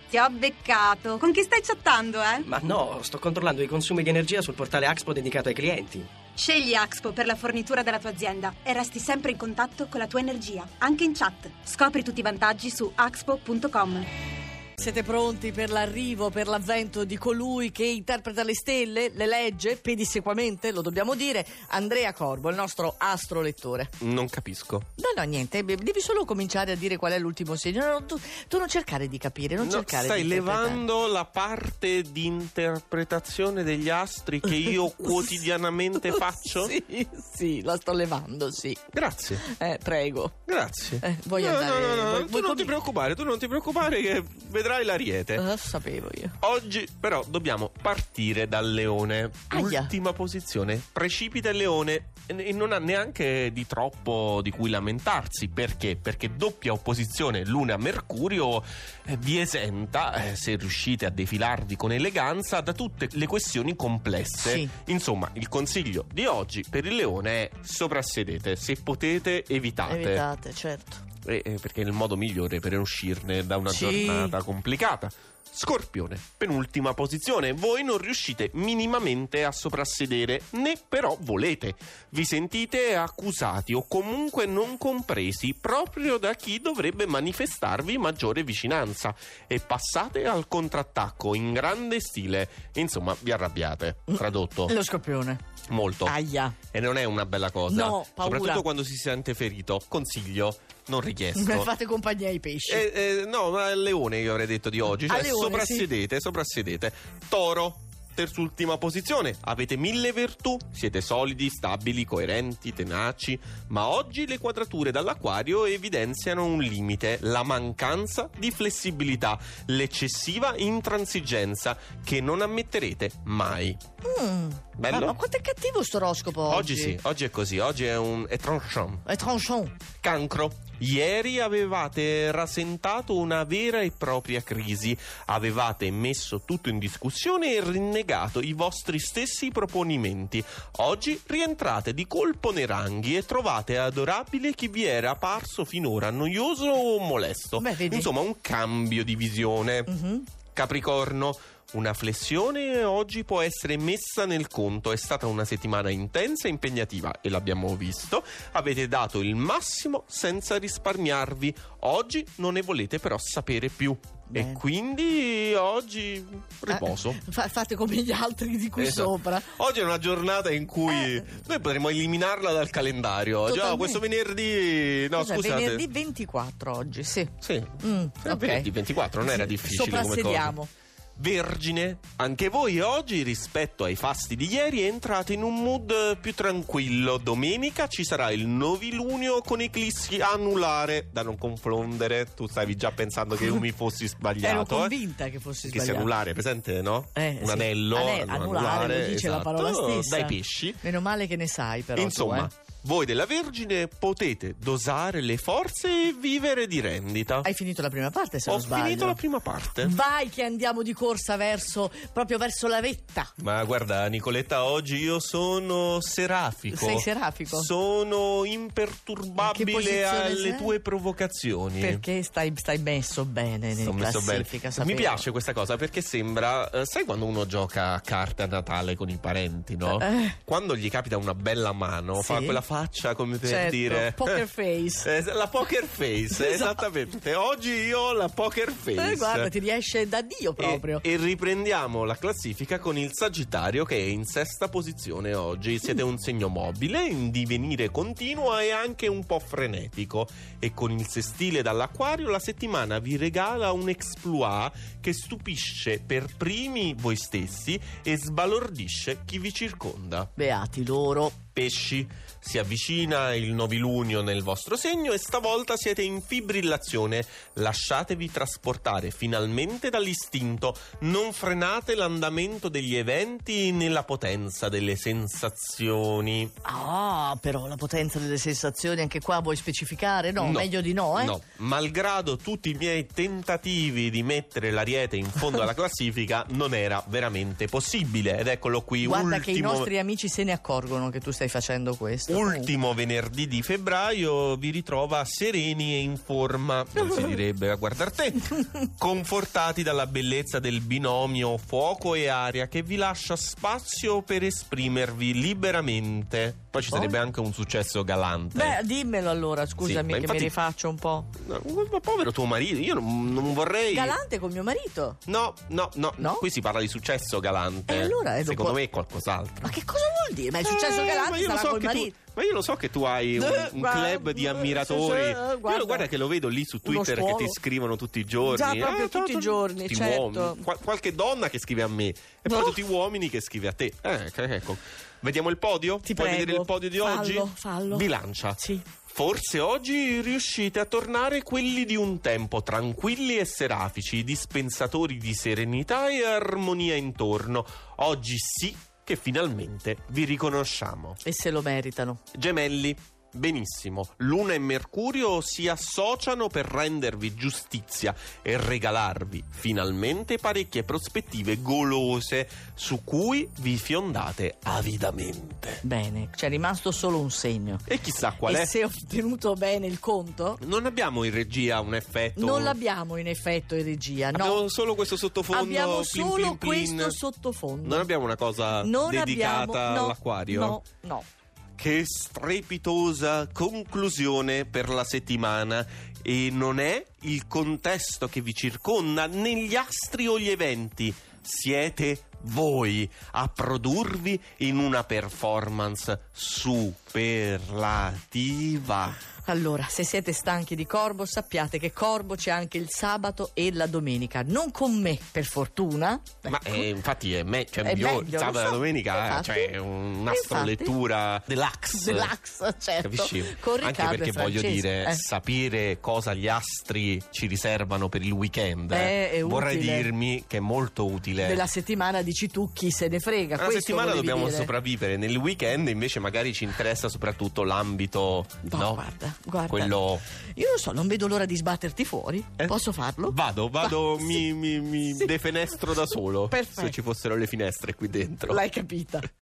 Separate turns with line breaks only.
Ti ho beccato. Con chi stai chattando,
Ma no, sto controllando i consumi di energia sul portale Axpo dedicato ai clienti.
Scegli Axpo per la fornitura della tua azienda e resti sempre in contatto con la tua energia, anche in chat. Scopri tutti i vantaggi su axpo.com.
Siete pronti per l'arrivo, per l'avvento di colui che interpreta le stelle, le legge, pedissequamente, lo dobbiamo dire, Andrea Corbo, il nostro astrolettore.
Non capisco.
No, niente, devi solo cominciare a dire qual è l'ultimo segno. No, tu non cercare di capire, non cercare
stai
di interpretare.
levando la parte di interpretazione degli astri che io quotidianamente faccio?
Sì, la sto levando, sì.
Grazie.
Prego.
Grazie.
Vuoi andare?
No, tu non ti preoccupare che vedrai l'Ariete.
Sapevo io.
Oggi però dobbiamo partire dal Leone.
Aia.
Ultima posizione, precipita il Leone e non ha neanche di troppo di cui lamentarsi. Perché? Perché doppia opposizione Luna-Mercurio vi esenta, se riuscite a defilarvi con eleganza, da tutte le questioni complesse.
Sì.
Insomma, il consiglio di oggi per il Leone è: soprassedete, se potete evitate.
Evitate, certo.
Perché è il modo migliore per uscirne da una giornata complicata. Scorpione, penultima posizione. Voi non riuscite minimamente a soprassedere, né però volete. Vi sentite accusati o comunque non compresi proprio da chi dovrebbe manifestarvi maggiore vicinanza e passate al contrattacco in grande stile. Insomma, vi arrabbiate. Tradotto.
Lo Scorpione.
Molto.
Aia.
E non è una bella cosa.
No, paura.
Soprattutto quando si sente ferito. Consiglio non richiesto.
Fate compagnia ai pesci.
No, ma è il Leone io avrei detto di oggi. Cioè,
Leone,
soprassedete. Toro, terzultima posizione. Avete 1000 virtù. Siete solidi, stabili, coerenti, tenaci. Ma oggi le quadrature dall'Acquario evidenziano un limite: la mancanza di flessibilità, l'eccessiva intransigenza che non ammetterete mai. Bello?
Ma quanto è cattivo sto oroscopo oggi?
Oggi sì, oggi è così. Oggi è tranchant.
È tranchant.
Cancro. Ieri avevate rasentato una vera e propria crisi, avevate messo tutto in discussione e rinnegato i vostri stessi proponimenti. Oggi rientrate di colpo nei ranghi e trovate adorabile chi vi era apparso finora noioso o molesto. Insomma, un cambio di visione. Capricorno. Una flessione oggi può essere messa nel conto. È stata una settimana intensa e impegnativa e l'abbiamo visto. Avete dato il massimo senza risparmiarvi. Oggi non ne volete però sapere più.
Bene.
E quindi oggi riposo.
Fate come gli altri di qui sopra.
Oggi è una giornata in cui noi potremmo eliminarla dal calendario. Oggi, questo venerdì. No, scusate.
Venerdì 24 oggi, sì.
Venerdì 24 non era difficile come cosa. Vergine, anche voi oggi rispetto ai fasti di ieri entrate in un mood più tranquillo. Domenica ci sarà il novilunio con eclissi anulare, da non confondere. Tu stavi già pensando che io mi fossi sbagliato.
Ero convinta che fossi sbagliato.
Che anulare, presente, no?
Un
anello.
Anulare, lo dice la parola stessa.
Dai pesci.
Meno male che ne sai però.
Insomma, voi della Vergine potete dosare le forze e vivere di rendita.
Hai finito la prima parte, se non sbaglio.
Ho finito la prima parte.
Vai che andiamo di corsa proprio verso la vetta.
Ma guarda, Nicoletta, oggi io sono serafico.
Sei serafico?
Sono imperturbabile alle tue provocazioni.
Perché stai messo bene nella classifica.
Mi piace questa cosa perché sembra, sai quando uno gioca a carte a Natale con i parenti, no? Quando gli capita una bella mano, fa quella faccia come per dire
poker face.
La poker face, esattamente. Oggi io ho la poker face.
Guarda, ti riesce da Dio proprio.
E riprendiamo la classifica con il Sagittario che è in sesta posizione oggi. Siete un segno mobile, in divenire continuo e anche un po' frenetico. E con il sestile dall'Acquario la settimana vi regala un exploit che stupisce per primi voi stessi e sbalordisce chi vi circonda.
Beati loro.
Pesci, si avvicina il novilunio nel vostro segno e stavolta siete in fibrillazione. Lasciatevi trasportare finalmente dall'istinto. Non frenate l'andamento degli eventi né la potenza delle sensazioni.
Però la potenza delle sensazioni anche qua vuoi specificare? No, meglio di no,
No, malgrado tutti i miei tentativi di mettere l'Ariete in fondo alla classifica, non era veramente possibile. Ed eccolo qui.
Guarda che i nostri amici se ne accorgono che tu stai facendo questo.
ultimo venerdì di febbraio vi ritrova sereni e in forma, non si direbbe a guardar te, confortati dalla bellezza del binomio fuoco e aria che vi lascia spazio per esprimervi liberamente. Poi ci sarebbe anche un successo galante.
Beh, dimmelo allora, scusami,
Sì,
che
infatti,
mi rifaccio un po'.
Ma povero tuo marito, io non vorrei...
Galante con mio marito?
No,
No?
qui si parla di successo galante.
E allora
secondo me è qualcos'altro.
Ma che cosa vuol dire? Ma il successo galante sarà col marito.
Ma io lo so che tu hai un club di ammiratori. Io guarda che lo vedo lì su Twitter che ti scrivono tutti i giorni.
Già, proprio tutti i giorni,
tutti
certo.
uomini. Qualche donna che scrive a me e poi tutti uomini che scrive a te. Ecco. Vediamo il podio?
Ti
Puoi
prego.
vedere il podio di oggi?
Fallo.
Bilancia.
Sì.
Forse oggi riuscite a tornare quelli di un tempo, tranquilli e serafici, dispensatori di serenità e armonia intorno. Oggi sì che finalmente vi riconosciamo.
E se lo meritano.
Gemelli, benissimo. Luna e Mercurio si associano per rendervi giustizia e regalarvi finalmente parecchie prospettive golose su cui vi fiondate avidamente.
Bene, c'è rimasto solo un segno.
E chissà qual
E
è.
se ho tenuto bene il conto?
Non abbiamo in regia un effetto.
Non l'abbiamo in effetto in regia, no.
Abbiamo solo questo sottofondo.
Abbiamo
plin,
solo
plin, plin.
questo sottofondo.
Non abbiamo una cosa dedicata all'acquario?
No.
Che strepitosa conclusione per la settimana. E non è il contesto che vi circonda, né gli astri o gli eventi. Siete voi a produrvi in una performance superlativa.
Allora, se siete stanchi di Corbo, sappiate che Corbo c'è anche il sabato e la domenica. Non con me, per fortuna.
Ma infatti è
È
migliore.
meglio,
Sabato e
lo
la
so.
domenica
Infatti.
c'è un'astrolettura deluxe.
Deluxe, certo.
Capisci?
Con
Anche
Riccardo
perché
e
voglio
Francesco.
dire, sapere cosa gli astri ci riservano per il weekend,
È
vorrei
utile.
dirmi che è molto utile.
Della settimana dici tu chi se ne frega.
Una
questo
settimana
volevi
dobbiamo
dire.
sopravvivere, nel weekend invece magari ci interessa soprattutto l'ambito,
No, guarda.
quello.
Io non so, non vedo l'ora di sbatterti fuori. Posso farlo?
Vado,
Sì.
mi
Sì.
defenestro da solo.
Perfetto.
Se ci fossero le finestre qui dentro.
L'hai capita.